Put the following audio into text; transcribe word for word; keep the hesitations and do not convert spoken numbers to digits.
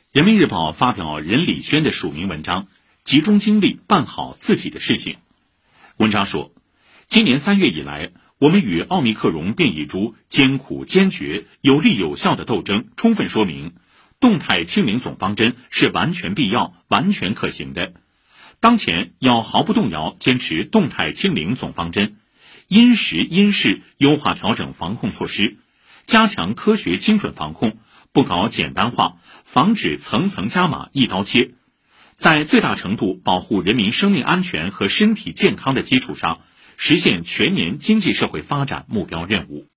人民日报发表任礼轩的署名文章，集中精力办好自己的事情。文章说，今年三月以来，我们与奥密克戎变异株艰苦坚决、有力有效的斗争，充分说明动态清零总方针是完全必要、完全可行的。当前要毫不动摇坚持动态清零总方针，因时因势优化调整防控措施，加强科学精准防控，不搞简单化，防止层层加码、一刀切，在最大程度保护人民生命安全和身体健康的基础上，实现全年经济社会发展目标任务。